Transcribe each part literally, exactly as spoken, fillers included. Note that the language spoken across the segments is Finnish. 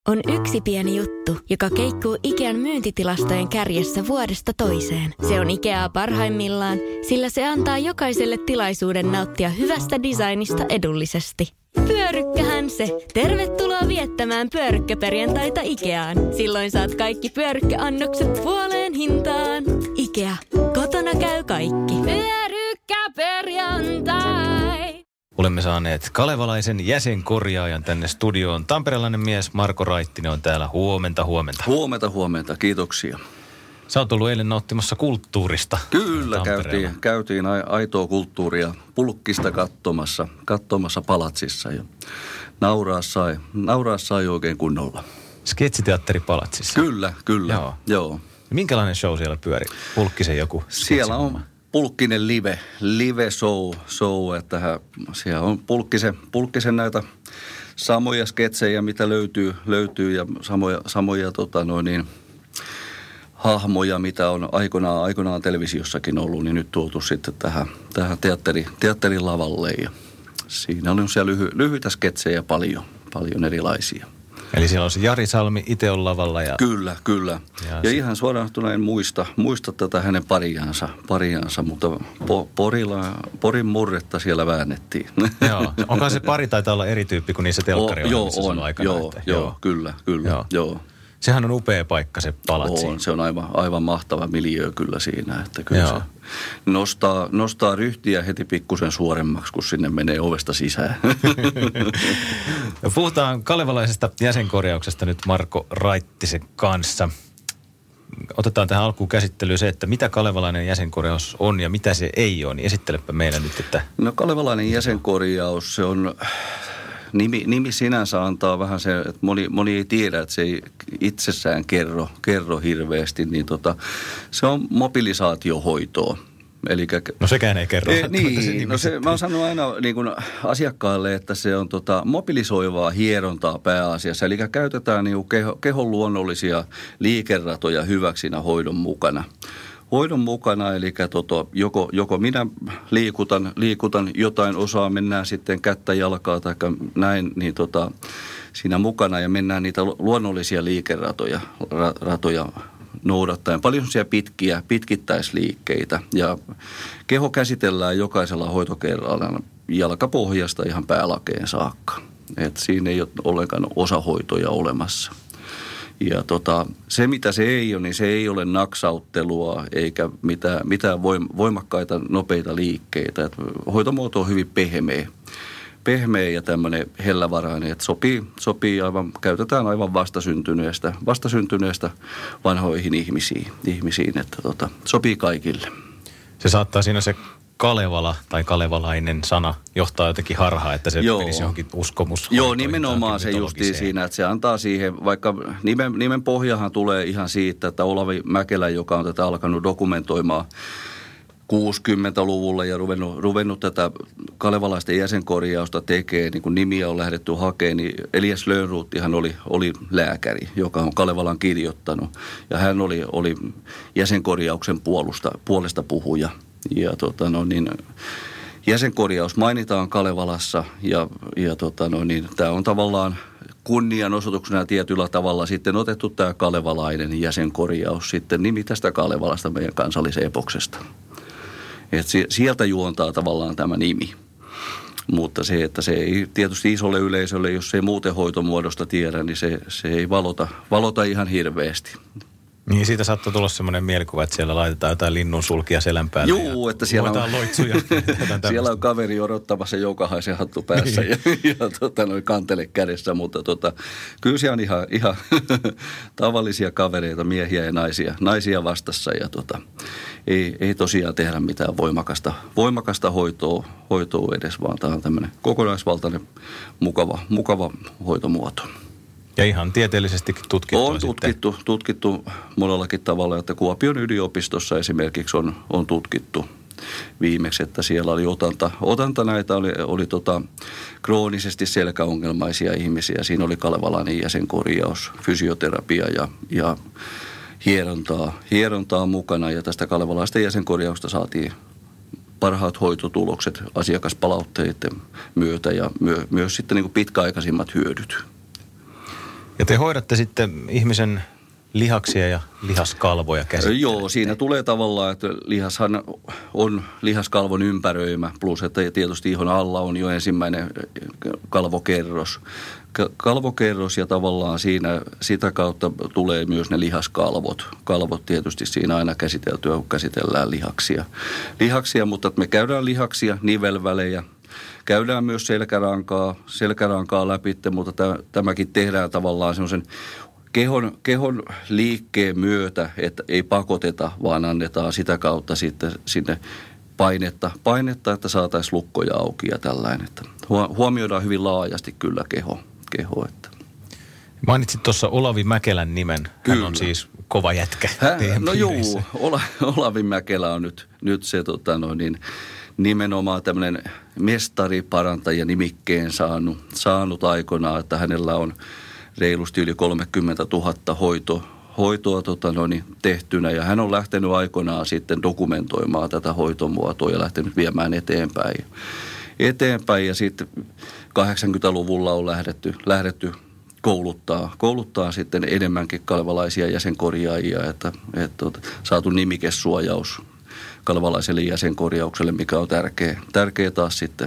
On yksi pieni juttu, joka keikkuu Ikean myyntitilastojen kärjessä vuodesta toiseen. Se on Ikeaa parhaimmillaan, sillä se antaa jokaiselle tilaisuuden nauttia hyvästä designista edullisesti. Pyörykkähän se! Tervetuloa viettämään pyörykkäperjantaita Ikeaan. Silloin saat kaikki pyörykkäannokset puoleen hintaan. Ikea. Kotona käy kaikki. Pyörykkäperjantai! Olemme saaneet kalevalaisen jäsenkorjaajan tänne studioon. Tamperelainen mies Marko Raittinen on täällä. Huomenta, huomenta. Huomenta, huomenta. Kiitoksia. Sä oot ollut eilen nauttimassa kulttuurista. Kyllä, käytiin, käytiin aitoa kulttuuria pulkkista katsomassa, katsomassa Palatsissa ja nauraa sai, nauraa sai oikein kunnolla. Sketsiteatteri Palatsissa? Kyllä, kyllä. Joo. Joo. Minkälainen show siellä pyöri? Pulkkisen joku? Siellä on Pulkkinen live, live show, show että hän, siellä on Pulkkisen, Pulkkisen näitä samoja sketsejä, mitä löytyy, löytyy ja samoja, samoja tota noin niin, hahmoja, mitä on aikoinaan, aikoinaan televisiossakin ollut, niin nyt tuotu sitten tähän, tähän teatteri, teatterin lavalle. Ja siinä on siellä lyhy, lyhyitä sketsejä paljon, paljon erilaisia. Eli siellä on se Jari Salmi, itse on lavalla. Ja... Kyllä, kyllä. Ja, ja se... ihan suoraan en muista, muista tätä hänen pariansa, pariansa mutta po, porilla, Porin murretta siellä väännettiin. Joo, onkaan se pari taitaa olla eri tyyppi kuin niissä telkkariohjelmissa silloin aikana. Joo, että, joo, joo, kyllä, kyllä, joo. joo. Sehän on upea paikka se Palatsi. On, se on aivan, aivan mahtava miljöö kyllä siinä, että kyllä Joo. se nostaa, nostaa ryhtiä heti pikkusen suoremmaksi, kun sinne menee ovesta sisään. Puhutaan kalevalaisesta jäsenkorjauksesta nyt Marko Raittisen kanssa. Otetaan tähän alkuun käsittelyyn se, että mitä kalevalainen jäsenkorjaus on ja mitä se ei ole, niin esittelepä meillä nyt, että... No kalevalainen jäsenkorjaus, se on... Nimi, nimi sinänsä antaa vähän se, että moni, moni ei tiedä, että se ei itsessään kerro, kerro hirveästi, niin tota, se on mobilisaatiohoitoa. Elikkä, no sekään ei kerro. E, niin, no se, mä oon sanonut aina niin kuin asiakkaalle, että se on tota, mobilisoivaa hierontaa pääasiassa. Eli käytetään niin kuin keho, kehon luonnollisia liikeratoja hyväksi siinä hoidon mukana. Hoidon mukana, eli toto, joko, joko minä liikutan, liikutan jotain osaa, mennään sitten kättä, jalkaa tai näin, niin tota, siinä mukana ja mennään niitä luonnollisia liikeratoja ra, ratoja noudattaen. Paljon sellaisia pitkiä, pitkittäisliikkeitä ja keho käsitellään jokaisella hoitokerralla jalkapohjasta ihan päälakeen saakka. Et siinä ei ole ollenkaan osahoitoja olemassa. Ja tota, se, mitä se ei ole, niin se ei ole naksauttelua eikä mitään, mitään voimakkaita, nopeita liikkeitä. Et hoitomuoto on hyvin pehmeä, pehmeä ja tämmöinen hellävarainen, että sopii, sopii aivan, käytetään aivan vastasyntyneestä, vastasyntyneestä vanhoihin ihmisiin, ihmisiin että tota, sopii kaikille. Se saattaa siinä se Kalevala tai kalevalainen sana johtaa jotenkin harhaa, että se Joo. menisi johonkin uskomus. Joo, nimenomaan se justiin siinä, että se antaa siihen, vaikka nimen, nimen pohjahan tulee ihan siitä, että Olavi Mäkelä, joka on tätä alkanut dokumentoimaan kuusikymmentäluvulla ja ruvennut, ruvennut tätä kalevalaisten jäsenkorjausta tekee, niin kun nimiä on lähdetty hakemaan, niin Elias Lönnroothihan oli, oli lääkäri, joka on Kalevalan kirjoittanut. Ja hän oli, oli jäsenkorjauksen puolusta, puolesta puhuja. Ja tota no niin, jäsenkorjaus mainitaan Kalevalassa ja, ja tota no niin, tämä on tavallaan kunnianosoituksena tietyllä tavalla sitten otettu tämä kalevalainen jäsenkorjaus sitten nimi tästä Kalevalasta meidän kansallisepoksesta. Et sieltä juontaa tavallaan tämä nimi. Mutta se, että se ei tietysti isolle yleisölle, jos ei muuten hoitomuodosta tiedä, niin se, se ei valota, valota ihan hirveästi. Niin siitä saattaa tulla semmoinen mielikuva, että siellä laitetaan jotain linnun sulkia selän päälle. Juu, että siellä on, loitsuja. siellä on kaveri odottamassa joukahaisen hattu päässä ja, ja tota, noin kantele kädessä, mutta tota, kyllä siellä on ihan, ihan tavallisia kavereita, miehiä ja naisia, naisia vastassa ja tota, ei, ei tosiaan tehdä mitään voimakasta, voimakasta hoitoa, hoitoa edes, vaan tämä on tämmöinen kokonaisvaltainen mukava, mukava hoitomuoto. Ja ihan tieteellisestikin tutkittu. On tutkittu, tutkittu monellakin tavalla, että Kuopion yliopistossa esimerkiksi on, on tutkittu viimeksi, että siellä oli otanta, otanta näitä, oli, oli tota, kroonisesti selkäongelmaisia ihmisiä. Siinä oli kalevalainen jäsenkorjaus, fysioterapia ja, ja hierontaa, hierontaa mukana. Ja tästä kalevalaisten jäsenkorjausta saatiin parhaat hoitotulokset asiakaspalautteiden myötä ja myö, myös sitten niin kuin pitkäaikaisimmat hyödyt. Ja te hoidatte sitten ihmisen lihaksia ja lihaskalvoja käsittelee. Joo, siinä tulee tavallaan, että lihashan on lihaskalvon ympäröimä, plus että tietysti ihon alla on jo ensimmäinen kalvokerros. Kalvokerros ja tavallaan siinä sitä kautta tulee myös ne lihaskalvot. Kalvot tietysti siinä aina käsiteltyä, kun käsitellään lihaksia. Lihaksia, mutta me käydään lihaksia, nivelvälejä. Käydään myös selkärankaa, selkärankaa läpi, mutta tämäkin tehdään tavallaan semmoisen Kehon, kehon liikkeen myötä, että ei pakoteta, vaan annetaan sitä kautta sitten sinne painetta, painetta että saataisiin lukkoja auki ja tällainen. Että huomioidaan hyvin laajasti kyllä keho. keho että. Mainitsit tuossa Olavi Mäkelän nimen. Hän kyllä. on siis kova jätkä. Hän, no juu, Ola, Olavi Mäkelä on nyt, nyt se tota no niin, nimenomaan tämmöinen mestariparantaja nimikkeen saanut, saanut aikoinaan, että hänellä on reilusti yli kolmekymmentätuhatta hoito, hoitoa tota noin, tehtynä ja hän on lähtenyt aikoinaan sitten dokumentoimaan tätä hoitomuotoa ja lähtenyt viemään eteenpäin. Eteenpäin ja sitten kahdeksankymmentäluvulla on lähdetty, lähdetty kouluttaa, kouluttaa sitten enemmänkin kalevalaisia jäsenkorjaajia, että, että, että saatu nimikesuojaus kalevalaiselle jäsenkorjaukselle, mikä on tärkeä, tärkeä taas sitten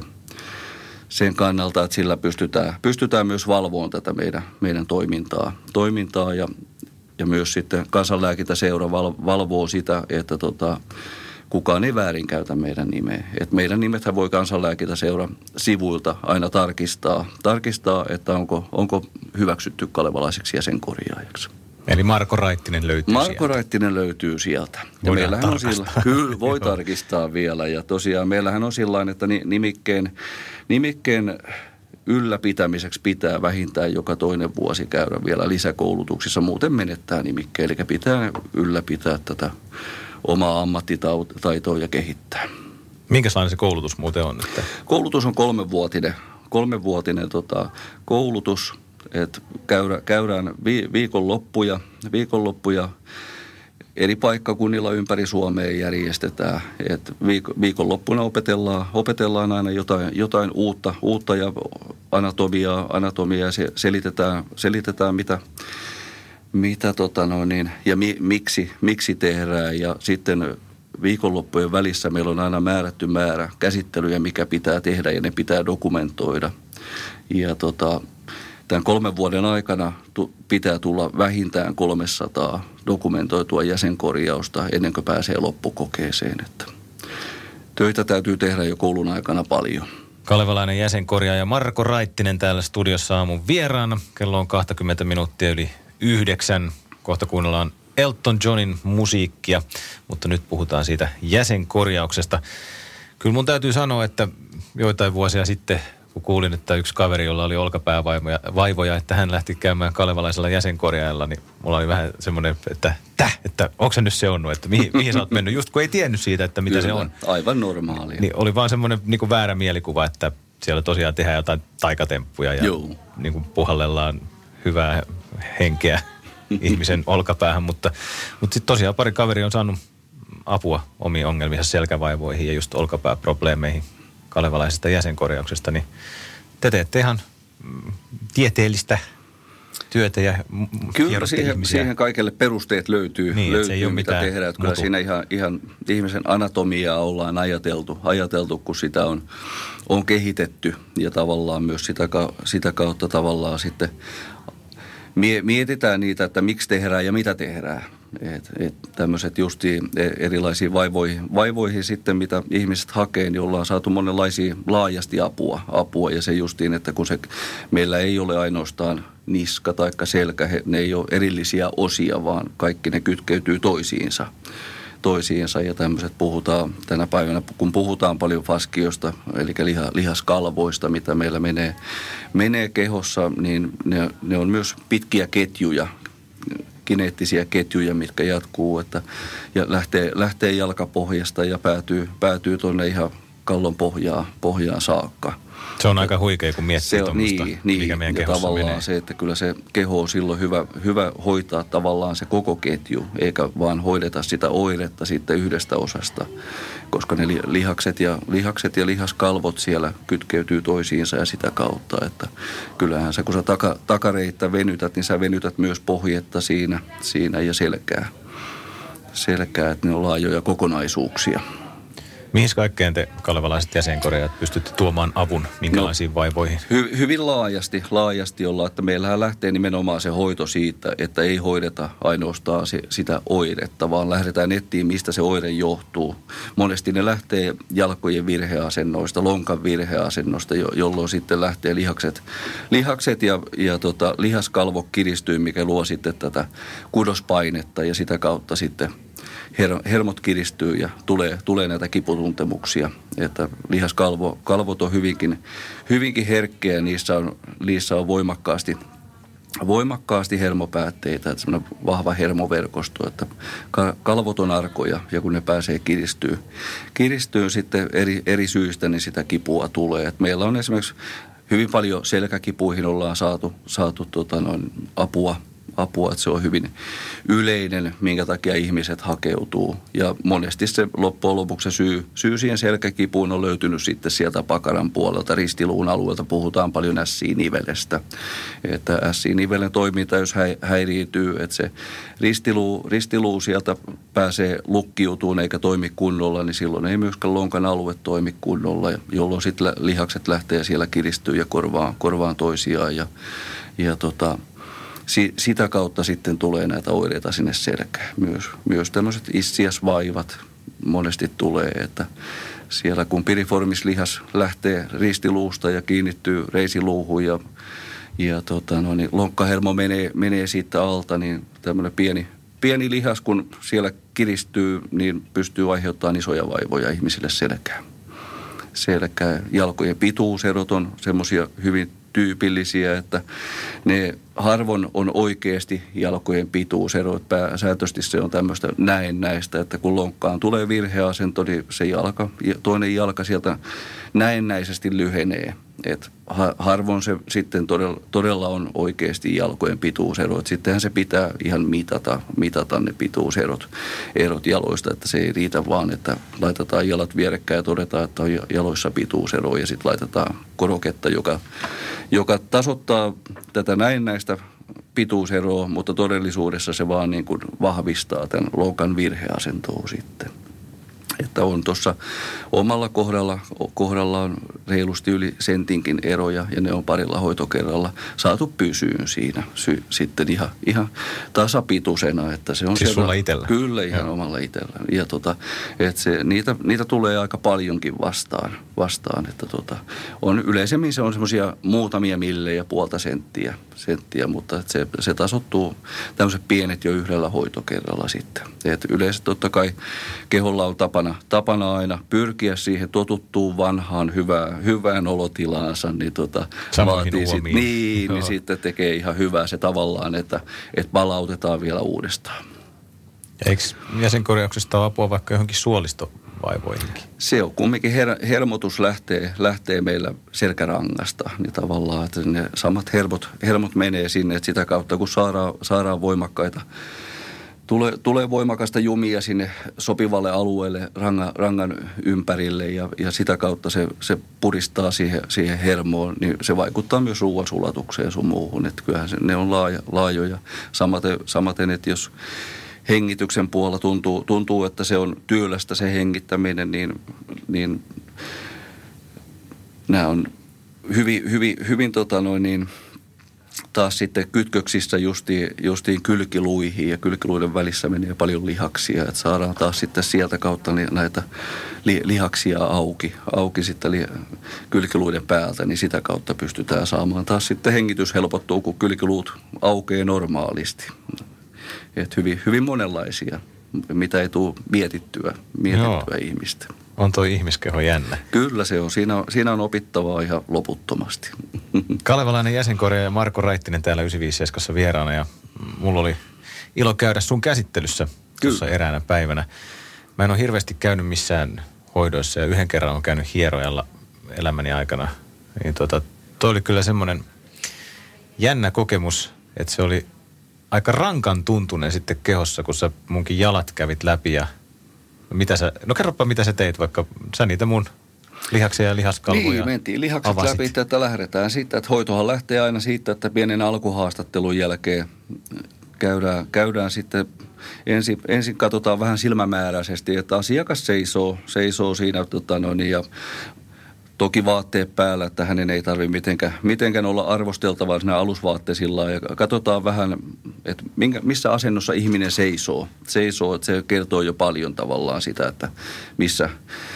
sen kannalta, että sillä pystytään, pystytään myös valvomaan tätä meidän, meidän toimintaa, toimintaa ja, ja myös sitten Kansanlääkintäseura val, valvoo sitä, että tota, kukaan ei väärinkäytä meidän nimeä. Et meidän nimethän voi Kansanlääkintäseura sivuilta aina tarkistaa, tarkistaa että onko, onko hyväksytty kalevalaiseksi jäsenkorjaajaksi. Eli Marko Raittinen löytyy Marko sieltä. Raittinen löytyy sieltä. Ja Voidaan meillähän on sillä, kyllä, voi Joo. tarkistaa vielä. Ja tosiaan meillähän on sillain, että nimikkeen, nimikkeen ylläpitämiseksi pitää vähintään joka toinen vuosi käydä vielä lisäkoulutuksissa. Muuten menettää nimikkeen, eli pitää ylläpitää tätä omaa ammattitaitoa ja kehittää. Minkälainen se koulutus muuten on? Että? Koulutus on kolmenvuotinen, kolmenvuotinen tota, koulutus. Että käydä, käydään vi, viikonloppuja, viikonloppuja eri paikkakunnilla ympäri Suomea järjestetään. Että viik, viikonloppuna opetellaan, opetellaan aina jotain, jotain uutta, uutta ja anatomiaa, anatomiaa ja selitetään, selitetään mitä, mitä tota no niin, ja mi, miksi, miksi tehdään. Ja sitten viikonloppujen välissä meillä on aina määrätty määrä käsittelyjä, mikä pitää tehdä ja ne pitää dokumentoida. Ja tota... Tämän kolmen vuoden aikana pitää tulla vähintään kolmesataa dokumentoitua jäsenkorjausta ennen kuin pääsee loppukokeeseen. Että töitä täytyy tehdä jo koulun aikana paljon. Kalevalainen jäsenkorjaaja Marko Raittinen täällä studiossa aamun vieraana. Kello on kaksikymmentä minuuttia yli yhdeksän. Kohta kuunnellaan Elton Johnin musiikkia, mutta nyt puhutaan siitä jäsenkorjauksesta. Kyllä mun täytyy sanoa, että joitain vuosia sitten kun kuulin, että yksi kaveri, jolla oli olkapäävaivoja, että hän lähti käymään kalevalaisella jäsenkorjaajalla, niin mulla oli vähän semmoinen, että täh, että onko se nyt seonnut, että mihin, mihin sä oot mennyt, just kun ei tiennyt siitä, että mitä Kyllä, se on. Aivan normaalia. Niin oli vaan semmoinen niin kuin väärä mielikuva, että siellä tosiaan tehdään jotain taikatemppuja ja niin kuin puhallellaan hyvää henkeä ihmisen olkapäähän, mutta, mutta sitten tosiaan pari kaveri on saanut apua omiin ongelmiinsa selkävaivoihin ja just olkapääprobleemeihin kalevalaisesta jäsenkorjauksesta, niin te teette ihan tieteellistä työtä ja Kyllä siihen, siihen kaikille perusteet löytyy, niin, löytyy mitä tehdään. Että kyllä siinä ihan, ihan ihmisen anatomiaa ollaan ajateltu, ajateltu kun sitä on, on kehitetty ja tavallaan myös sitä, sitä kautta tavallaan sitten mietitään niitä, että miksi tehdään ja mitä tehdään. Että et tämmöiset justiin erilaisiin vaivoihin, vaivoihin sitten, mitä ihmiset hakee, niin ollaan saatu monenlaisia laajasti apua. apua. Ja se justiin, että kun se, meillä ei ole ainoastaan niska tai selkä, he, ne ei ole erillisiä osia, vaan kaikki ne kytkeytyy toisiinsa. toisiinsa ja tämmöiset puhutaan tänä päivänä, kun puhutaan paljon faskiosta, eli liha, lihaskalvoista, mitä meillä menee, menee kehossa, niin ne, ne on myös pitkiä ketjuja, kineettisiä ketjuja, mitkä jatkuu, että ja lähtee, lähtee jalkapohjasta ja päätyy, päätyy tuonne ihan kallon pohjaan, pohjaan saakka. Se on aika huikea, kun miettii tuommoista, niin, niin, mikä meidän ja kehossa tavallaan menee. se, että kyllä se keho on silloin hyvä, hyvä hoitaa tavallaan se koko ketju, eikä vaan hoideta sitä oiretta sitten yhdestä osasta, koska ne lihakset ja, lihakset ja lihaskalvot siellä kytkeytyy toisiinsa ja sitä kautta, että kyllähän sä kun sä taka, takareittä venytät, niin sä venytät myös pohjetta siinä, siinä ja selkää. Selkää, että ne on laajoja kokonaisuuksia. Mihin kaikkeen te kalevalaiset jäsenkorjaajat pystytte tuomaan avun, minkälaisiin no, vaivoihin? Hy, hyvin laajasti, laajasti ollaan, että meillähän lähtee nimenomaan se hoito siitä, että ei hoideta ainoastaan se, sitä oiretta, vaan lähdetään etsiä, mistä se oire johtuu. Monesti ne lähtee jalkojen virheasennoista, lonkan virheasennosta, jo, jolloin sitten lähtee lihakset, lihakset ja, ja tota, lihaskalvo kiristyy, mikä luo sitten tätä kudospainetta ja sitä kautta sitten Her, hermot kiristyy ja tulee, tulee näitä kiputuntemuksia, että lihaskalvo, kalvot on hyvinkin, hyvinkin herkkiä ja niissä on, niissä on voimakkaasti, voimakkaasti hermopäätteitä, että semmoinen vahva hermoverkosto, että kalvot on arkoja ja kun ne pääsee kiristyy, kiristyy sitten eri, eri syistä, niin sitä kipua tulee. Että meillä on esimerkiksi hyvin paljon selkäkipuihin ollaan saatu, saatu tota noin apua, apua, että se on hyvin yleinen, minkä takia ihmiset hakeutuu. Ja monesti se loppujen lopuksi syy, syy siihen selkäkipuun on löytynyt sitten sieltä pakaran puolelta, ristiluun alueelta. Puhutaan paljon ässinivelestä. Että ässinivelen toiminta, jos häiriintyy, että se ristiluu, ristiluu sieltä pääsee lukkiutumaan eikä toimi kunnolla, niin silloin ei myöskään lonkan alue toimi kunnolla, jolloin sitten lihakset lähtee siellä kiristyä ja korvaan, korvaan toisiaan ja, ja tota... Sitä kautta sitten tulee näitä oireita sinne selkään. Myös, myös tämmöiset issiasvaivat monesti tulee, että siellä kun piriformislihas lähtee ristiluusta ja kiinnittyy reisiluuhun ja, ja tota no, niin lonkkahermo menee, menee siitä alta, niin tämmöinen pieni, pieni lihas, kun siellä kiristyy, niin pystyy aiheuttamaan isoja vaivoja ihmisille selkään. Selkää, jalkojen pituuserot on semmoisia hyvin tyypillisiä, että ne harvoin on oikeasti jalkojen pituuserot. Pääsääntöisesti se on tämmöistä näennäistä, että kun lonkkaan tulee virheasento, niin se jalka, toinen jalka sieltä näennäisesti lyhenee. Et harvoin se sitten todella, todella on oikeasti jalkojen pituuserot. Sittenhän se pitää ihan mitata, mitata ne pituuserot erot jaloista, että se ei riitä vaan, että laitetaan jalat vierekkäin ja todetaan, että on jaloissa pituusero ja sitten laitetaan koroketta, joka, joka tasoittaa tätä näennäistä pituuseroa, mutta todellisuudessa se vaan niin kuin vahvistaa tämän lonkan virheasentoa sitten. Että on tuossa omalla kohdalla, kohdalla on reilusti yli sentinkin eroja ja ne on parilla hoitokerralla saatu pysyyn siinä sy- sitten ihan, ihan tasapituisena. Että se on siis siellä, sulla itsellä? Kyllä ihan ja. Omalla itsellä. Ja tota, että se, niitä, niitä tulee aika paljonkin vastaan, vastaan että tota, on yleisemmin se on semmoisia muutamia millejä, puolta senttiä, senttiä mutta että se, se tasottuu tämmöiset pienet jo yhdellä hoitokerralla sitten. Että yleensä totta kai keholla on tapana Tapana aina pyrkiä siihen totuttuun vanhaan hyvää, hyvään olotilaansa, niin tota, vaatii sit, niin, niin sitten tekee ihan hyvää se tavallaan, että, että palautetaan vielä uudestaan. Eikö jäsenkorjauksesta ole apua vaikka johonkin suolistovaivoihinkin? Se on kumminkin, her, hermotus lähtee, lähtee meillä selkärangasta, niin tavallaan, että ne samat hermot, hermot menee sinne, että sitä kautta kun saadaan, saadaan voimakkaita Tulee, tulee voimakasta jumia sinne sopivalle alueelle rangan, rangan ympärille ja, ja sitä kautta se, se puristaa siihen, siihen hermoon, niin se vaikuttaa myös ruoan sulatukseen sun muuhun. Että kyllähän se, ne on laaja, laajoja. Samaten, samaten, että jos hengityksen puolella tuntuu, tuntuu, että se on työlästä se hengittäminen, niin, niin nämä on hyvin, hyvin, hyvin tota noin niin, taas sitten kytköksissä justiin, justiin kylkiluihin ja kylkiluiden välissä menee paljon lihaksia, että saadaan taas sitten sieltä kautta näitä li, lihaksia auki, auki sitten li, kylkiluiden päältä, niin sitä kautta pystytään saamaan taas sitten hengitys helpottuu, kun kylkiluut aukeaa normaalisti. Että hyvin, hyvin monenlaisia, mitä ei tule mietittyä, mietittyä ihmistä. On toi ihmiskeho jännä. Kyllä se on. Siinä on, siinä on opittavaa ihan loputtomasti. Kalevalainen jäsenkorjaaja Marko Raittinen täällä yhdeksänsataaviisikymmentäseitsemän vieraana ja mulla oli ilo käydä sun käsittelyssä tuossa eräänä päivänä. Mä en ole hirveästi käynyt missään hoidoissa ja yhden kerran on käynyt hierojalla elämäni aikana. Niin tota, toi oli kyllä semmoinen jännä kokemus, että se oli aika rankan tuntunen sitten kehossa, kun sä munkin jalat kävit läpi ja Mitä sä, no kerropa mitä sä teit, vaikka sä niitä mun lihaksia ja lihaskalvoja Niin, mentiin lihakset avasit. läpi, että lähdetään siitä, että hoitohan lähtee aina siitä, että pienen alkuhaastattelun jälkeen käydään, käydään sitten, ensin, ensin katsotaan vähän silmämääräisesti, että asiakas seisoo, seisoo siinä tota noin, ja toki vaatteet päällä, että hänen ei tarvitse mitenkään, mitenkään olla arvosteltavaa siinä alusvaatteisilla. Ja katsotaan vähän, että minkä, missä asennossa ihminen seisoo. Seisoo, että se kertoo jo paljon tavallaan sitä, että missä,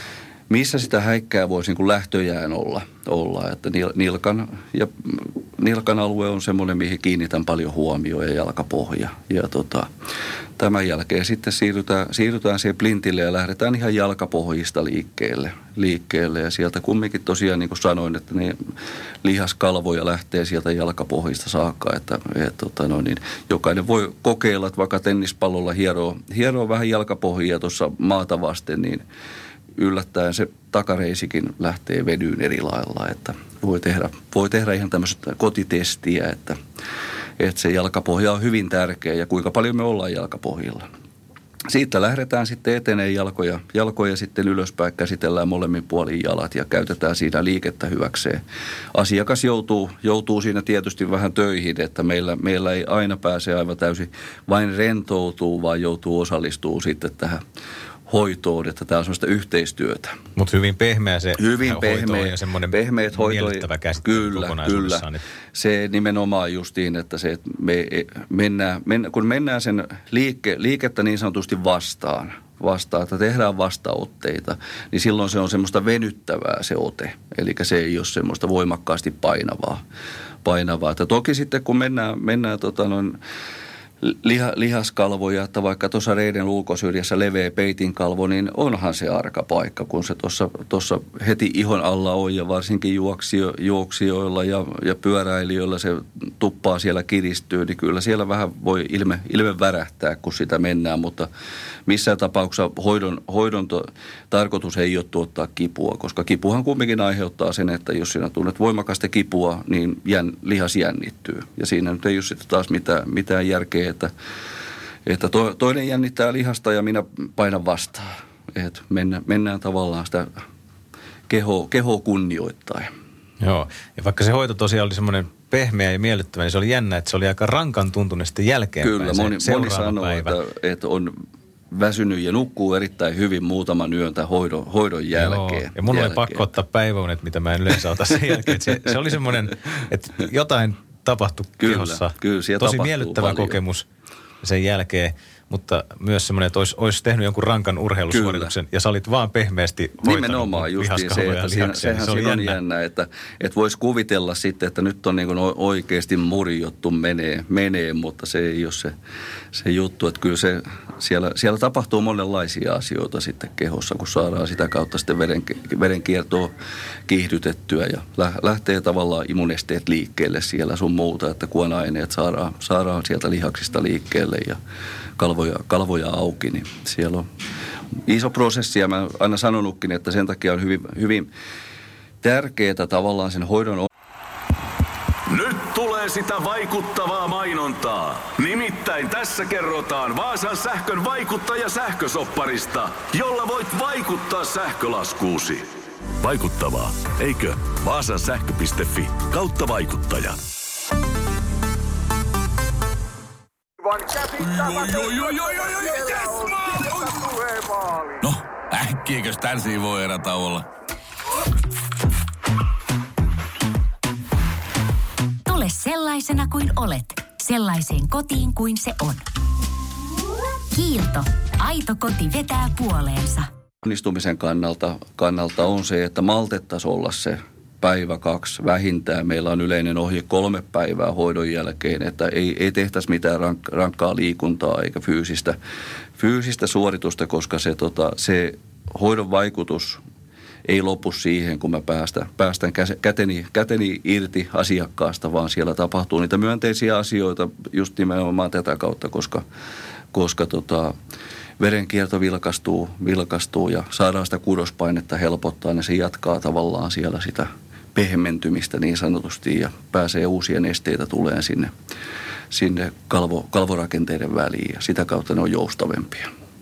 missä sitä häikkää voisi niin kuin lähtöjään olla. olla. Että nilkan, ja nilkan alue on semmoinen, mihin kiinnitän paljon huomioon ja jalkapohja. Ja tota, tämän jälkeen sitten siirrytään, siirrytään siihen plintille ja lähdetään ihan jalkapohjista liikkeelle. liikkeelle. Ja sieltä kumminkin tosiaan, niin kuin sanoin, että ne lihaskalvoja lähtee sieltä jalkapohjista saakka. Että, et, tota, no niin, jokainen voi kokeilla, että vaikka tennispallolla hieroo, hieroo vähän jalkapohjia tuossa maata vasten, niin yllättäen se takareisikin lähtee vedyyn eri lailla, että voi tehdä, voi tehdä ihan tämmöistä kotitestiä, että, että se jalkapohja on hyvin tärkeä ja kuinka paljon me ollaan jalkapohjilla. Siitä lähdetään sitten eteneen jalkoja, jalkoja sitten ylöspäin, käsitellään molemmin puolin jalat ja käytetään siinä liikettä hyväkseen. Asiakas joutuu, joutuu siinä tietysti vähän töihin, että meillä, meillä ei aina pääse aivan täysin vain rentoutuu, vaan joutuu osallistumaan sitten tähän hoitoon, että tämä on sellaista yhteistyötä. Mutta hyvin pehmeä se hyvin hoito pehmeä, on ja semmoinen miellyttävä käsittely kyllä, kokonaisuudessaan. Kyllä. Se nimenomaan justiin, että se, että me mennään, mennään, kun mennään sen liike, liikettä niin sanotusti vastaan, vastaan, että tehdään vastaotteita, niin silloin se on semmoista venyttävää se ote. Eli se ei ole semmoista voimakkaasti painavaa. painavaa. Että toki sitten kun mennään, mennään tota noin, Liha, lihaskalvoja, että vaikka tuossa reiden ulkosyrjässä leveä peitinkalvo, niin onhan se arka paikka, kun se tuossa heti ihon alla on ja varsinkin juoksio, juoksijoilla ja, ja pyöräilijöillä se tuppaa siellä kiristyy, niin kyllä siellä vähän voi ilme, ilme värähtää, kun sitä mennään, mutta missään tapauksessa hoidon, hoidon to, tarkoitus ei ole tuottaa kipua, koska kipuhan kumminkin aiheuttaa sen, että jos sinä tunnet voimakasta kipua, niin jän, lihas jännittyy ja siinä nyt ei ole sitten taas mitään, mitään järkeä, että, että to, toinen jännittää lihasta ja minä painan vastaan. Että mennään, mennään tavallaan sitä kehoa, kehoa kunnioittain. Joo, ja vaikka se hoito tosiaan oli semmoinen pehmeä ja miellyttävä, niin se oli jännä, että se oli aika rankan tuntunut sitten jälkeenpäin. Kyllä, moni, moni sanoo, että, että on väsynyt ja nukkuu erittäin hyvin muutaman yön tämän hoidon, hoidon jälkeen. Joo, ja mun jälkeen. oli pakko ottaa päiväunet, mitä mä en yleensä ota sen jälkeen. Se, se oli semmoinen, että jotain tapahtui kyllä, kehossa. Kyllä, tosi miellyttävä paljon. Kokemus sen jälkeen, mutta myös semmoinen, että olisi, olisi tehnyt jonkun rankan urheilusuorituksen kyllä. Ja sä olit vaan pehmeästi hoitanut nimenomaan justiin se, että siinä, sehän se siinä on jännä, jännä että, että voisi kuvitella sitten, että nyt on niin kuin oikeasti murjottu menee, menee, mutta se ei ole se, se juttu, että kyllä se, siellä, siellä tapahtuu monenlaisia asioita sitten kehossa, kun saadaan sitä kautta sitten veren, verenkiertoa kiihdytettyä ja lähtee tavallaan immunesteet liikkeelle siellä sun muuta, että kuona-aineet saadaan, saadaan sieltä lihaksista liikkeelle ja kalvoja, kalvoja auki, niin siellä on iso prosessi ja mä oon aina sanonutkin, että sen takia on hyvin, hyvin tärkeää tavallaan sen hoidon. Nyt tulee sitä vaikuttavaa mainontaa. Nimittäin tässä kerrotaan Vaasan sähkön vaikuttaja sähkösopparista, jolla voit vaikuttaa sähkölaskuusi. Vaikuttavaa, eikö? Vaasan sähkö piste fi kautta vaikuttaja. No, äkkiäkös tän voi erätä olla? Tule sellaisena kuin olet, sellaiseen kotiin kuin se on. Kiilto. Aito koti vetää puoleensa. Onnistumisen kannalta, kannalta on se, että maltettaisiin olla se päivä kaksi vähintään. Meillä on yleinen ohje kolme päivää hoidon jälkeen, että ei, ei tehtäisi mitään rank, rankkaa liikuntaa eikä fyysistä, fyysistä suoritusta, koska se, tota, se hoidon vaikutus ei lopu siihen, kun mä päästän, päästän käteni, käteni irti asiakkaasta, vaan siellä tapahtuu niitä myönteisiä asioita just nimenomaan tätä kautta, koska, koska tota, verenkierto vilkastuu, vilkastuu ja saadaan sitä kudospainetta helpottaa, niin se jatkaa tavallaan siellä sitä pehmentymistä niin sanotusti ja pääsee uusia nesteitä tulee sinne, sinne kalvo, kalvorakenteiden väliin ja sitä kautta ne on joustavempia.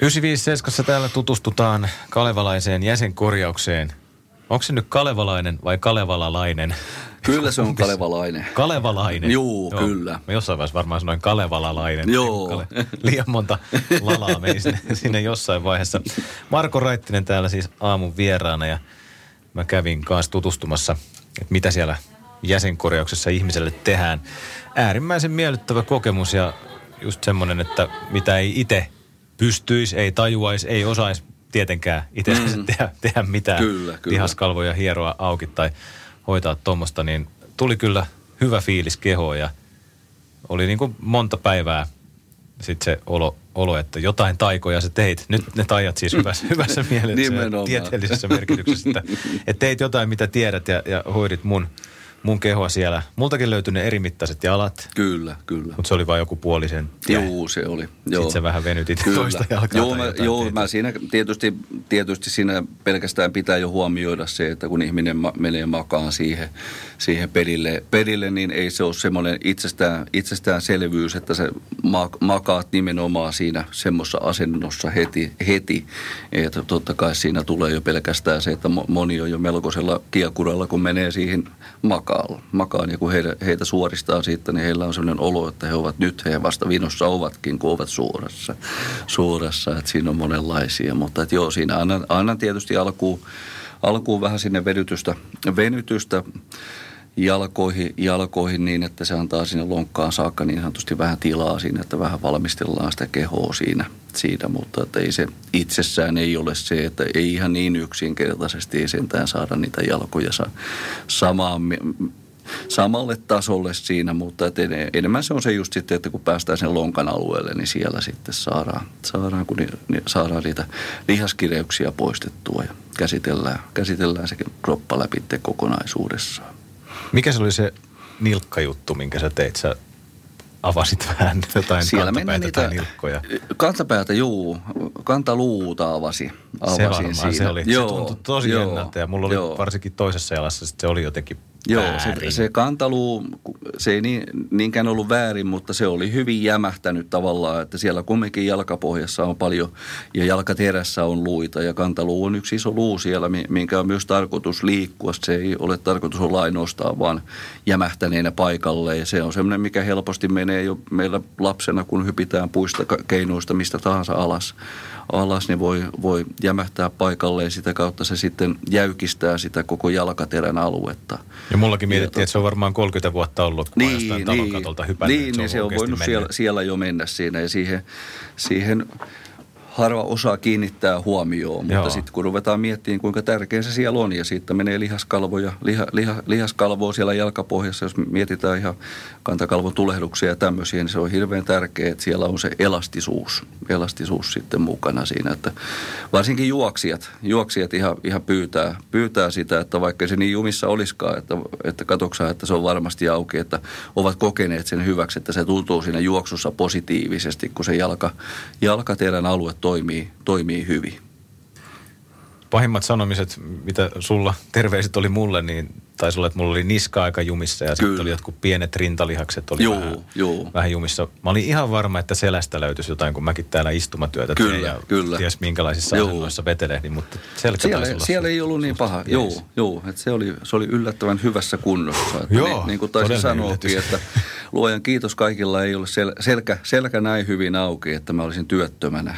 yhdeksänsataaviisikymmentäseitsemän täällä tutustutaan kalevalaiseen jäsenkorjaukseen. Onko se nyt kalevalainen vai kalevalalainen? Kyllä se on kalevalainen. Kalevalainen? Juu, Joo, kyllä. Mä jossain vaiheessa varmaan sanoin kalevalalainen. Joo. Kale, liian monta lalaa meni sinne, sinne jossain vaiheessa. Marko Raittinen täällä siis aamun vieraana ja mä kävin kanssa tutustumassa, että mitä siellä jäsenkorjauksessa ihmiselle tehdään. Äärimmäisen miellyttävä kokemus ja just semmoinen, että mitä ei itse pystyisi, ei tajuaisi, ei osaisi tietenkään itse mm. tehdä, tehdä mitään. Kyllä, kyllä. Lihaskalvoja hieroa auki tai hoitaa tuommoista, niin tuli kyllä hyvä fiilis kehoon ja oli niin kuin monta päivää sitten se olo, olo, että jotain taikoja sä teit. Nyt ne taijat siis hyvässä, hyvässä mielessä ja tieteellisessä merkityksessä, että, että teit jotain, mitä tiedät ja, ja hoidit mun, mun kehoa siellä. Multakin löytyi ne erimittaiset jalat. Kyllä, kyllä. Mutta se oli vain joku puolisen. Joo, se oli. Sitten sä vähän venytit kyllä. toista jalkaa. Joo, mä, joo mä siinä tietysti, tietysti siinä pelkästään pitää jo huomioida se, että kun ihminen ma- menee makaan siihen, siihen perille, perille, niin ei se ole semmoinen itsestään, itsestäänselvyys, että sä ma- makaat nimenomaan siinä semmoisessa asennossa heti, heti. Että totta kai siinä tulee jo pelkästään se, että moni on jo melkoisella kiekuralla, kun menee siihen makaan. makaan ja kun heitä, heitä suoristaa siitä, niin heillä on sellainen olo, että he ovat nyt, he vasta vinossa ovatkin, kun ovat suorassa. Suorassa, että siinä on monenlaisia, mutta että joo, siinä annan, annan tietysti alkuun, alkuun vähän sinne venytystä, venytystä jalkoihin, jalkoihin niin, että se antaa sinne lonkkaan saakka niin sanotusti vähän tilaa siinä, että vähän valmistellaan sitä kehoa siinä, siinä mutta että ei se itsessään ei ole se, että ei ihan niin yksinkertaisesti ei sentään saada niitä jalkoja samaan, samalle tasolle siinä, mutta että enemmän se on se just sitten, että kun päästään sen lonkan alueelle, niin siellä sitten saadaan, saadaan, kun ni, ni, saadaan niitä lihaskireuksia poistettua ja käsitellään, käsitellään se kroppa läpi kokonaisuudessaan. Mikä se oli se nilkkajuttu, minkä sä teit? Sä avasit vähän jotain siellä kantapäitä tai nilkkoja. Kantapäätä, juu. Kantaluuta avasi. avasin se varmaan, siinä. se oli. Joo, se tuntui tosi joo, jännältä ja mulla oli joo. varsinkin toisessa jalassa, sit se oli jotenkin Joo, väärin. se, se kantaluu, se ei niin, niinkään ollut väärin, mutta se oli hyvin jämähtänyt tavallaan, että siellä kumminkin jalkapohjassa on paljon ja jalkaterässä on luita ja kantaluu on yksi iso luu siellä, minkä on myös tarkoitus liikkua. Se ei ole tarkoitus olla ainoastaan vaan jämähtäneenä paikalle ja se on semmoinen, mikä helposti menee jo meillä lapsena, kun hypitään puista keinoista mistä tahansa alas. alas, niin voi, voi jämähtää paikalle ja sitä kautta se sitten jäykistää sitä koko jalkaterän aluetta. Ja mullakin mietittiin, että se on varmaan kolmekymmentä vuotta ollut, kun niin, jostain talon katolta hypännyt. Niin, niin se on voinut siellä, siellä jo mennä siinä ja siihen, siihen harva osaa kiinnittää huomioon, mutta sitten kun ruvetaan miettimään, kuinka tärkeä se siellä on ja siitä menee lihaskalvoja, liha, liha, lihaskalvoa siellä jalkapohjassa, jos mietitään ihan kantakalvon tulehduksia ja tämmöisiä, niin se on hirveän tärkeää, että siellä on se elastisuus, elastisuus sitten mukana siinä, että varsinkin juoksijat, juoksijat ihan, ihan pyytää, pyytää sitä, että vaikka se niin jumissa olisikaan, että, että katoksaa, että se on varmasti auki, että ovat kokeneet sen hyväksi, että se tuntuu siinä juoksussa positiivisesti, kun se jalka, jalkaterän alue toimii, toimii hyvin. Pahimmat sanomiset, mitä sulla terveiset oli mulle, niin taisi olla, että mulla oli niska aika jumissa ja sitten oli jotkut pienet rintalihakset oli joo, vähän, joo. vähän jumissa. Mä olin ihan varma, että selästä löytyisi jotain, kun mäkin täällä istumatyötä kyllä, tein ja kyllä. ties minkälaisissa joo. asennoissa vetelehdin, mutta selkä siellä, taisi olla siellä ei ollut niin paha. Joo, joo, että se oli, se oli yllättävän hyvässä kunnossa. Että joo, niin, niin kuin taisin sanoakin, että luojan kiitos kaikilla ei ole sel, selkä, selkä näin hyvin auki, että mä olisin työttömänä.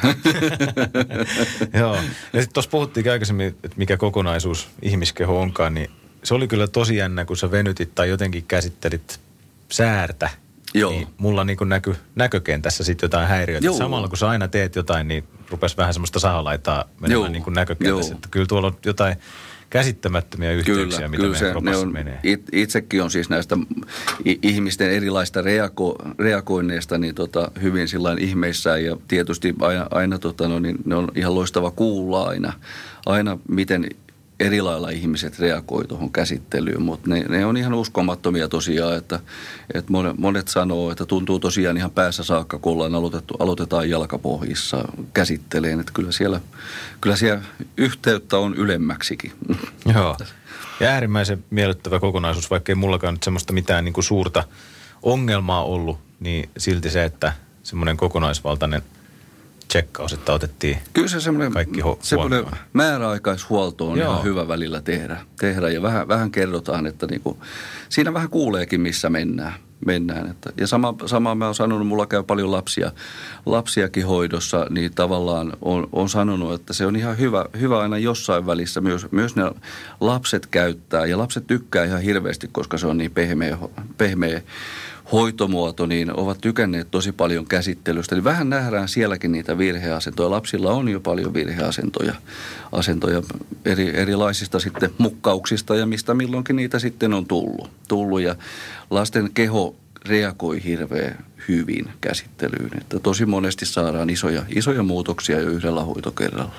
Joo, ja sitten tuossa puhuttiin aikaisemmin, että mikä kokonaisuus ihmiskeho onkaan, niin se oli kyllä tosi jännä, kun sä venytit tai jotenkin käsittelit säärtä. Joo. Niin mulla niin kuin näky, näkökentässä sitten jotain häiriöitä. Samalla kun sä aina teet jotain, niin rupesi vähän semmoista sahalaitaa menemään Joo. niin kuin näkökentässä. Että kyllä tuolla on jotain käsittämättömiä yhteyksiä, kyllä, mitä kyllä meidän kropassa on, menee. It, itsekin on siis näistä ihmisten erilaista reago, reagoinneista niin tota, hyvin sillain ihmeissään ja tietysti aina, aina tota, no, niin ne on ihan loistava kuulla aina, aina miten eri lailla ihmiset reagoi tuohon käsittelyyn, mutta ne, ne on ihan uskomattomia tosiaan, että, että monet, monet sanoo, että tuntuu tosiaan ihan päässä saakka, kun ollaan aloitettu, aloitetaan jalkapohjissa käsitteleen, että kyllä siellä, kyllä siellä yhteyttä on ylemmäksikin. Joo, ja äärimmäisen miellyttävä kokonaisuus, vaikka ei mullakaan nyt semmoista mitään niin kuin suurta ongelmaa ollut, niin silti se, että semmoinen kokonaisvaltainen tsekkaus, että otettiin Kyllä se semmoinen, kaikki ho- semmoinen määräaikaishuolto on Joo. ihan hyvä välillä tehdä. tehdä ja vähän, vähän kerrotaan, että niinku, siinä vähän kuuleekin, missä mennään. mennään. Että, ja sama, sama mä oon sanonut, mulla käy paljon lapsia, lapsiakin hoidossa, niin tavallaan on, on sanonut, että se on ihan hyvä, hyvä aina jossain välissä. Myös, myös ne lapset käyttää ja lapset tykkää ihan hirveästi, koska se on niin pehmeä, pehmeä hoitomuoto, niin ovat tykänneet tosi paljon käsittelystä. Eli vähän nähdään sielläkin niitä virheasentoja. Lapsilla on jo paljon virheasentoja asentoja eri, erilaisista sitten mukkauksista ja mistä milloinkin niitä sitten on tullut. tullut. Ja lasten keho reagoi hirveän hyvin käsittelyyn. Että tosi monesti saadaan isoja, isoja muutoksia jo yhdellä hoitokerralla.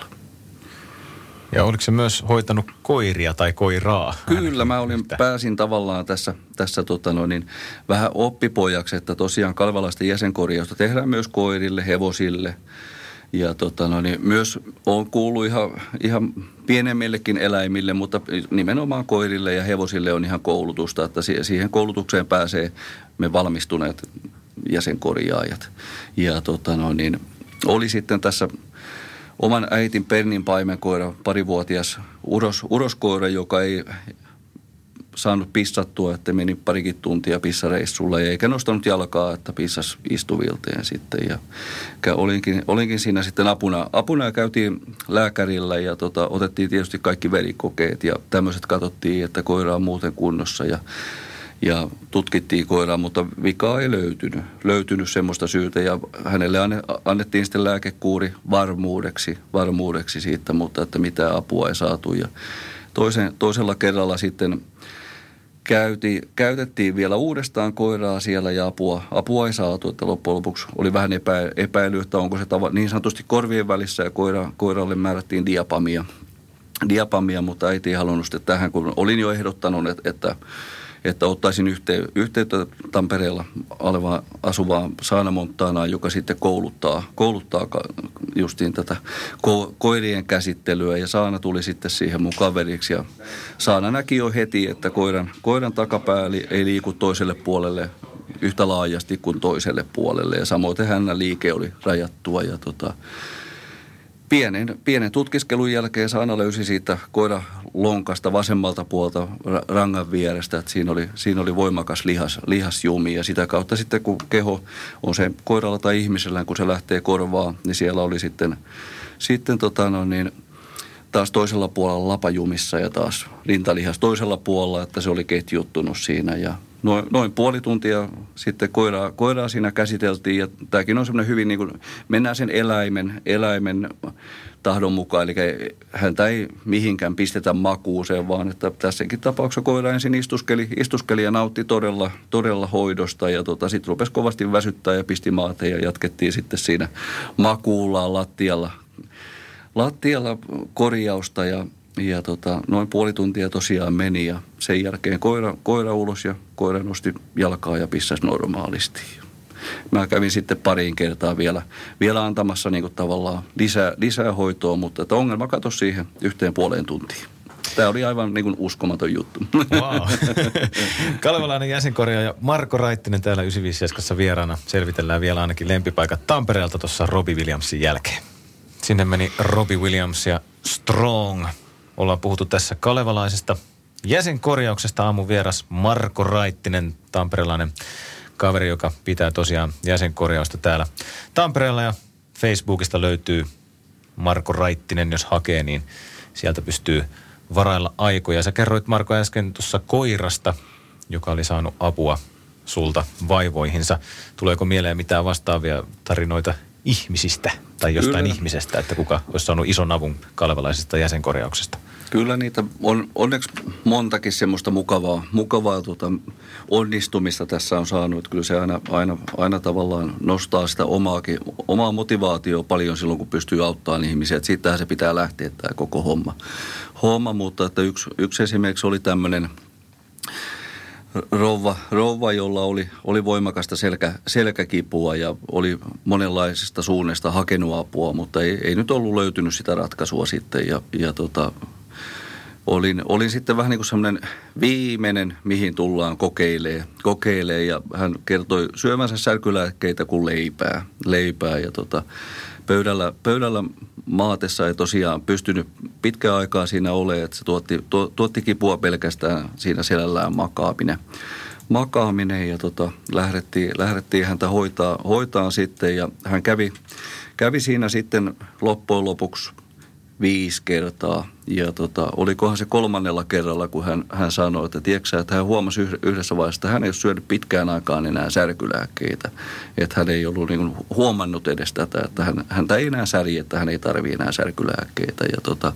Ja oliko se myös hoitanut koiria tai koiraa? Kyllä, mä olin, pääsin tavallaan tässä, tässä tota noin, niin vähän oppipojaksi, että tosiaan kalevalaisten jäsenkorjausta tehdään myös koirille, hevosille. Ja tota noin, niin myös on kuullut ihan, ihan pienemmillekin eläimille, mutta nimenomaan koirille ja hevosille on ihan koulutusta, että siihen koulutukseen pääsee me valmistuneet jäsenkorjaajat. Ja tota noin, niin oli sitten tässä oman äitin Pernin paimenkoira, parivuotias uros, uroskoira, joka ei saanut pissattua, että meni parikin tuntia pissareissulla eikä nostanut jalkaa, että pissasi istuvilteen sitten. Ja olinkin, olinkin siinä sitten apuna. Apuna ja käytiin lääkärillä ja tota, otettiin tietysti kaikki verikokeet ja tämmöiset katsottiin, että koira on muuten kunnossa ja Ja tutkittiin koiraa, mutta vikaa ei löytynyt. Löytynyt semmoista syytä ja hänelle annettiin sitten lääkekuuri varmuudeksi, varmuudeksi siitä, mutta että mitään apua ei saatu. Ja toisen, toisella kerralla sitten käyti, käytettiin vielä uudestaan koiraa siellä ja apua, apua ei saatu. Että loppujen lopuksi oli vähän epä, epäily, että onko se tava, niin sanotusti korvien välissä ja koira, koiralle määrättiin diapamia, diapamia, mutta äiti ei halunnut sitten tähän, kun olin jo ehdottanut, että, että että ottaisin yhtey- yhteyttä Tampereella olevaan asuvaan Saana Montanaan, joka sitten kouluttaa, kouluttaa justiin tätä ko- koirien käsittelyä. Ja Saana tuli sitten siihen mun kaveriksi ja Saana näki jo heti, että koiran, koiran takapää ei liiku toiselle puolelle yhtä laajasti kuin toiselle puolelle. Ja samoin hänen liike oli rajattua ja tota... Pienen, pienen tutkiskelun jälkeen Saana löysi siitä koira lonkasta vasemmalta puolta rangan vierestä, että siinä oli, siinä oli voimakas lihas, lihasjumi ja sitä kautta sitten kun keho on se koiralla tai ihmisellä, kun se lähtee korvaan, niin siellä oli sitten, sitten tota no niin, taas toisella puolella lapajumissa ja taas rintalihas toisella puolella, että se oli ketjuttunut siinä ja Noin, noin puoli tuntia sitten koiraa, koiraa siinä käsiteltiin ja tämäkin on semmoinen hyvin niin kuin, mennään sen eläimen, eläimen tahdon mukaan, eli häntä ei mihinkään pistetä makuuseen, vaan että tässäkin tapauksessa koira ensin istuskeli, istuskeli ja nautti todella, todella hoidosta ja tota, sitten rupesi kovasti väsyttää ja pisti maateen ja jatkettiin sitten siinä makuullaan lattialla, lattialla korjausta ja Ja tota, noin puoli tuntia tosiaan meni ja sen jälkeen koira, koira ulos ja koira nosti jalkaa ja pissasi normaalisti. Mä kävin sitten pariin kertaa vielä, vielä antamassa niin kuin tavallaan lisää, lisää hoitoa, mutta että ongelma katosi siihen yhteen puoleen tuntiin. Tämä oli aivan niin kuin uskomaton juttu. Wow. Kalevalainen jäsenkorjaaja Marko Raittinen täällä yhdeksänsataaviisikymmentäseitsemän vieraana. Selvitellään vielä ainakin lempipaikat Tampereelta tuossa Robbie Williamsin jälkeen. Sinne meni Robbie Williams ja Strong. Ollaan puhuttu tässä kalevalaisesta jäsenkorjauksesta. Aamun vieras Marko Raittinen, tamperelainen kaveri, joka pitää tosiaan jäsenkorjausta täällä Tampereella. Ja Facebookista löytyy Marko Raittinen, jos hakee, niin sieltä pystyy varailla aikoja. Sä kerroit Marko äsken tuossa koirasta, joka oli saanut apua sulta vaivoihinsa. Tuleeko mieleen mitään vastaavia tarinoita ihmisistä tai jostain Kyllä. ihmisestä, että kuka olisi saanut ison avun kalevalaisesta jäsenkorjauksesta? Kyllä niitä on onneksi montakin semmoista mukavaa, mukavaa tuota, onnistumista tässä on saanut. Kyllä se aina, aina, aina tavallaan nostaa sitä omaakin, omaa motivaatiota paljon silloin, kun pystyy auttamaan ihmisiä. Että siitähän se pitää lähteä tämä koko homma. homma mutta että yksi, yksi esimerkiksi oli tämmöinen rouva, rouva jolla oli, oli voimakasta selkä, selkäkipua ja oli monenlaisista suunnista hakenut apua, mutta ei, ei nyt ollut löytynyt sitä ratkaisua sitten. Ja, ja tota, olin, olin sitten vähän niin kuin semmoinen viimeinen, mihin tullaan kokeilee, kokeilee ja hän kertoi syömänsä särkylääkkeitä kuin leipää, leipää ja tota, pöydällä, pöydällä maatessa ei tosiaan pystynyt pitkään aikaa siinä olemaan, että se tuotti, tu, tuotti kipua pelkästään siinä selällään makaaminen. Makaaminen ja tota, lähdettiin, lähdettiin häntä hoitaa, hoitaa sitten ja hän kävi, kävi siinä sitten loppujen lopuksi viisi kertaa. Ja tota, olikohan se kolmannella kerralla, kun hän, hän sanoi, että tiedätkö, että hän huomasi yhdessä vaiheessa, että hän ei ole syönyt pitkään aikaan enää särkylääkkeitä. Että hän ei ollut niin kuin huomannut edes tätä, että hän, häntä ei enää särji, että hän ei tarvitse enää särkylääkkeitä. Ja tota,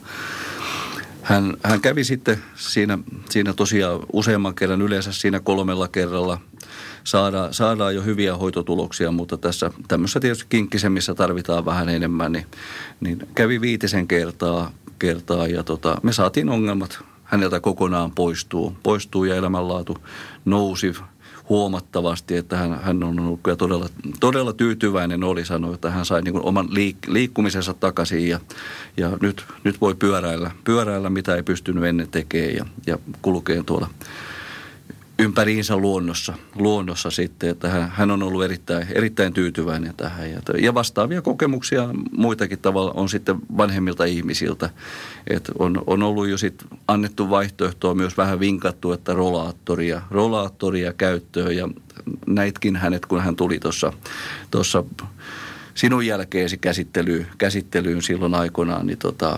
hän, hän kävi sitten siinä, siinä tosiaan useamman kerran, yleensä siinä kolmella kerralla. Saadaan, saadaan jo hyviä hoitotuloksia, mutta tässä tämmöisessä tietysti kinkkisemmissä tarvitaan vähän enemmän, niin, niin kävi viitisen kertaa, kertaa ja tota, me saatiin ongelmat häneltä kokonaan poistuu, poistuu ja elämänlaatu nousi huomattavasti, että hän, hän on ollut kyllä todella, todella tyytyväinen oli, sanoi, että hän sai niin kuin oman liik- liikkumisensa takaisin ja, ja nyt, nyt voi pyöräillä, pyöräillä, mitä ei pystynyt ennen tekemään ja, ja kulkeen tuolla ympäriinsä luonnossa, luonnossa sitten, että hän, hän on ollut erittäin, erittäin tyytyväinen tähän. Ja, ja vastaavia kokemuksia muitakin tavalla on sitten vanhemmilta ihmisiltä. Että on, on ollut jo sitten annettu vaihtoehtoa, myös vähän vinkattu, että rollaattoria, rollaattoria käyttöön. Ja näitkin hänet, kun hän tuli tuossa tuossa sinun jälkeesi käsittelyyn, käsittelyyn silloin aikoinaan, niin tota,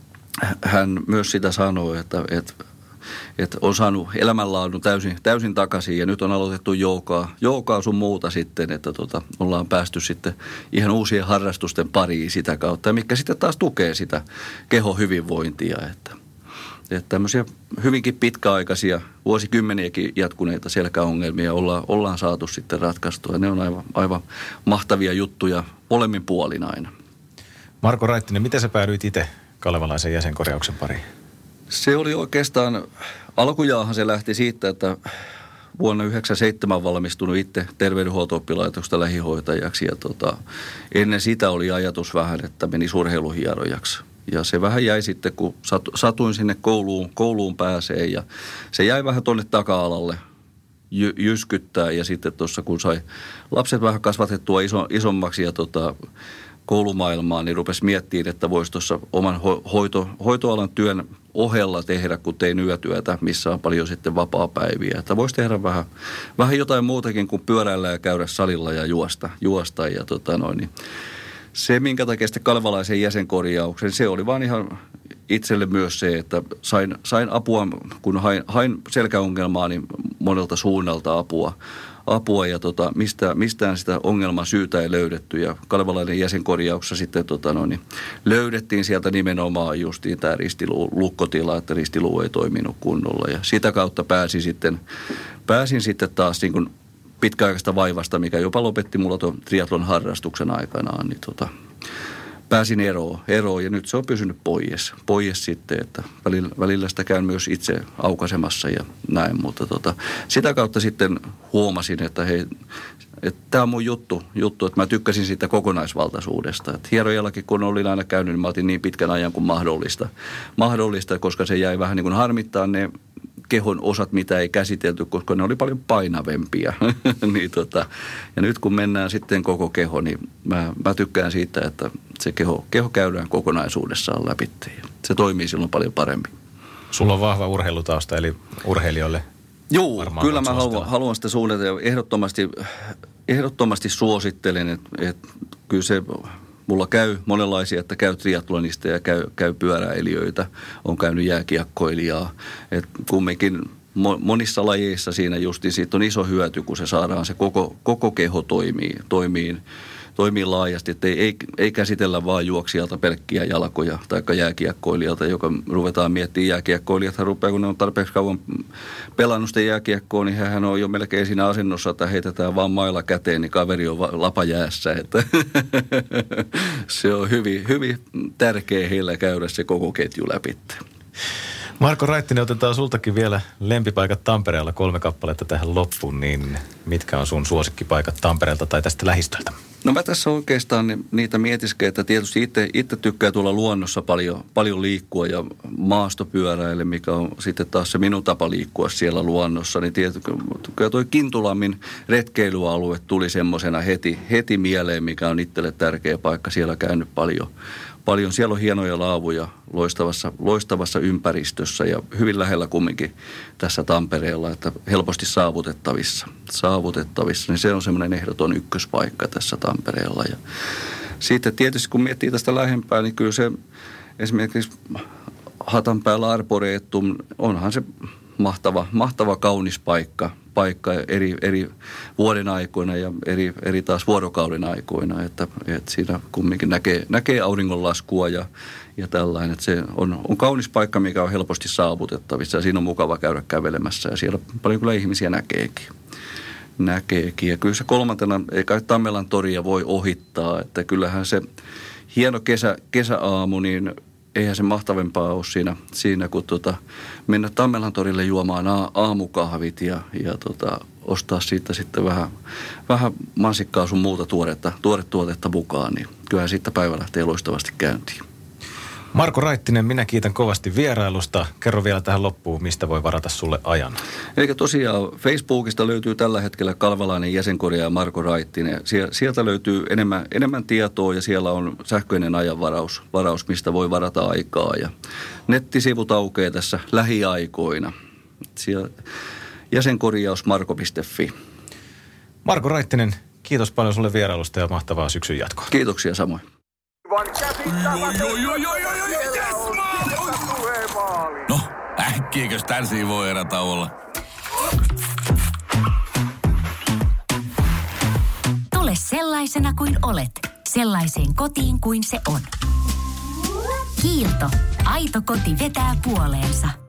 hän myös sitä sanoi, että, että että on saanut elämänlaadun täysin, täysin takaisin ja nyt on aloitettu joogaa, joogaa sun muuta sitten, että tota, ollaan päästy sitten ihan uusien harrastusten pariin sitä kautta, mikä sitten taas tukee sitä kehohyvinvointia, että, että tämmöisiä hyvinkin pitkäaikaisia, vuosikymmeniäkin jatkuneita selkäongelmia ollaan, ollaan saatu sitten ratkaistua. Ne on aivan, aivan mahtavia juttuja molemmin puolin aina. Marko Raittinen, miten sä päädyit itse kalevalaisen jäsenkorjauksen pariin? Se oli oikeastaan, alkujaahan se lähti siitä, että vuonna yhdeksänkymmentäseitsemän valmistunut itse terveydenhuolto-oppilaitoksesta lähihoitajaksi ja tota, ennen sitä oli ajatus vähän, että meni urheiluhierojaksi. Ja se vähän jäi sitten, kun satuin sinne kouluun, kouluun pääsee ja se jäi vähän tuonne taka-alalle jy, jyskyttää ja sitten tuossa kun sai lapset vähän kasvatettua iso, isommaksi ja tota, koulumaailmaan, niin rupesi miettimään, että voisi tuossa oman hoito, hoitoalan työn ohella tehdä, kun tein yötyötä, missä on paljon sitten vapaapäiviä. Että voisi tehdä vähän, vähän jotain muutakin kuin pyöräillä ja käydä salilla ja juosta. juosta ja tota noin, niin se, minkä takia sitten kalevalaisen jäsenkorjauksen, se oli vaan ihan itselle myös se, että sain, sain apua, kun hain, hain selkäongelmaa, niin monelta suunnalta apua. apua ja tota, mistä, mistään sitä ongelman syytä ei löydetty. Ja kalevalainen jäsenkorjauksessa sitten tota, no, niin löydettiin sieltä nimenomaan justiin tämä ristilukkotila, että ristiluu ei toiminut kunnolla. Ja sitä kautta pääsin sitten, pääsin sitten taas niin kuin pitkäaikaista vaivasta, mikä jopa lopetti mulla tuon triathlon harrastuksen aikanaan, niin tota, pääsin eroon, eroon ja nyt se on pysynyt pois, pois sitten, että välillä, välillä sitä käyn myös itse aukaisemassa ja näin, mutta tota, sitä kautta sitten huomasin, että hei, että tämä on mun juttu, juttu, että mä tykkäsin siitä kokonaisvaltaisuudesta. Että hierojallakin, kun olin aina käynyt, niin mä otin niin pitkän ajan kuin mahdollista, mahdollista koska se jäi vähän niin kuin harmittaa ne kehon osat, mitä ei käsitelty, koska ne oli paljon painavempia. niin tota, ja nyt kun mennään sitten koko keho, niin mä, mä tykkään siitä, että se keho, keho käydään kokonaisuudessaan läpi. Se toimii silloin paljon paremmin. Sulla on vahva urheilutausta, eli urheilijoille. Joo, kyllä mä haluan, haluan sitä suunnitella. Ehdottomasti, ehdottomasti suosittelen, että, että kyllä se mulla käy monenlaisia, että käy triathlonista ja käy, käy pyöräilijöitä, on käynyt jääkiekkoilijaa. Että kumminkin monissa lajeissa siinä justiin siitä on iso hyöty, kun se saadaan se koko, koko keho toimii, toimii, toimii laajasti. Että ei, ei, ei käsitellä vaan juoksijalta pelkkiä jalkoja tai jääkiekkoilijalta, joka ruvetaan miettimään jääkiekkoilijat. Rupeaa, kun ne on tarpeeksi kauan pelannut sitä jääkiekkoa, niin hän on jo melkein siinä asennossa, että heitetään vaan mailla käteen, niin kaveri on lapa jäässä. Että se on hyvin, hyvin tärkeä heillä käydä se koko ketju läpi. Marko Raittinen, otetaan sultakin vielä lempipaikat Tampereella, kolme kappaletta tähän loppuun, niin mitkä on sun suosikkipaikat Tampereelta tai tästä lähistöltä? No mä tässä oikeastaan niitä mietisken, että tietysti itse, itse tykkää tuolla luonnossa paljon, paljon liikkua ja maastopyöräille, mikä on sitten taas se minun tapa liikkua siellä luonnossa. Niin tietysti kyllä toi Kintulammin retkeilyalue tuli semmoisena heti, heti mieleen, mikä on itselle tärkeä paikka. Siellä käynyt paljon. Paljon. Siellä on hienoja laavuja loistavassa, loistavassa ympäristössä ja hyvin lähellä kumminkin tässä Tampereella, että helposti saavutettavissa. Saavutettavissa, niin se on semmoinen ehdoton ykköspaikka tässä Tampereella. Ja sitten tietysti kun miettii tästä lähempää, niin kyllä se esimerkiksi Hatanpäällä Arboretum, onhan se mahtava, mahtava kaunis paikka. paikka eri, eri vuoden aikoina ja eri, eri taas vuorokauden aikoina, että, että siinä kumminkin näkee, näkee auringonlaskua ja, ja tällainen. Että se on, on kaunis paikka, mikä on helposti saavutettavissa ja siinä on mukava käydä kävelemässä ja siellä paljon kyllä ihmisiä näkeekin. näkeekin. Ja kyllä se kolmantena, ei kai Tammelan toria voi ohittaa, että kyllähän se hieno kesä, kesäaamu, niin eihän se mahtavempaa ole siinä, siinä kun tota, mennä Tammelan torille juomaan a, aamukahvit ja, ja tota, ostaa siitä sitten vähän, vähän mansikkaa sun muuta tuoretta, tuoretuotetta mukaan, niin kyllähän siitä päivä lähtee loistavasti käyntiin. Marko Raittinen, minä kiitän kovasti vierailusta. Kerro vielä tähän loppuun, mistä voi varata sulle ajan. Eikä tosiaan, Facebookista löytyy tällä hetkellä Kalevalainen jäsenkorjaaja Marko Raittinen. Sieltä löytyy enemmän, enemmän tietoa ja siellä on sähköinen ajanvaraus, varaus, mistä voi varata aikaa. Ja nettisivut aukeaa tässä lähiaikoina. Siellä jäsenkorjaus marko piste fi. Marko Raittinen, kiitos paljon sulle vierailusta ja mahtavaa syksyn jatkoa. Kiitoksia samoin. No, äkkiäkös tän voi erätä olla? Tule sellaisena kuin olet, sellaiseen kotiin kuin se on. Kiilto. Aito koti vetää puoleensa.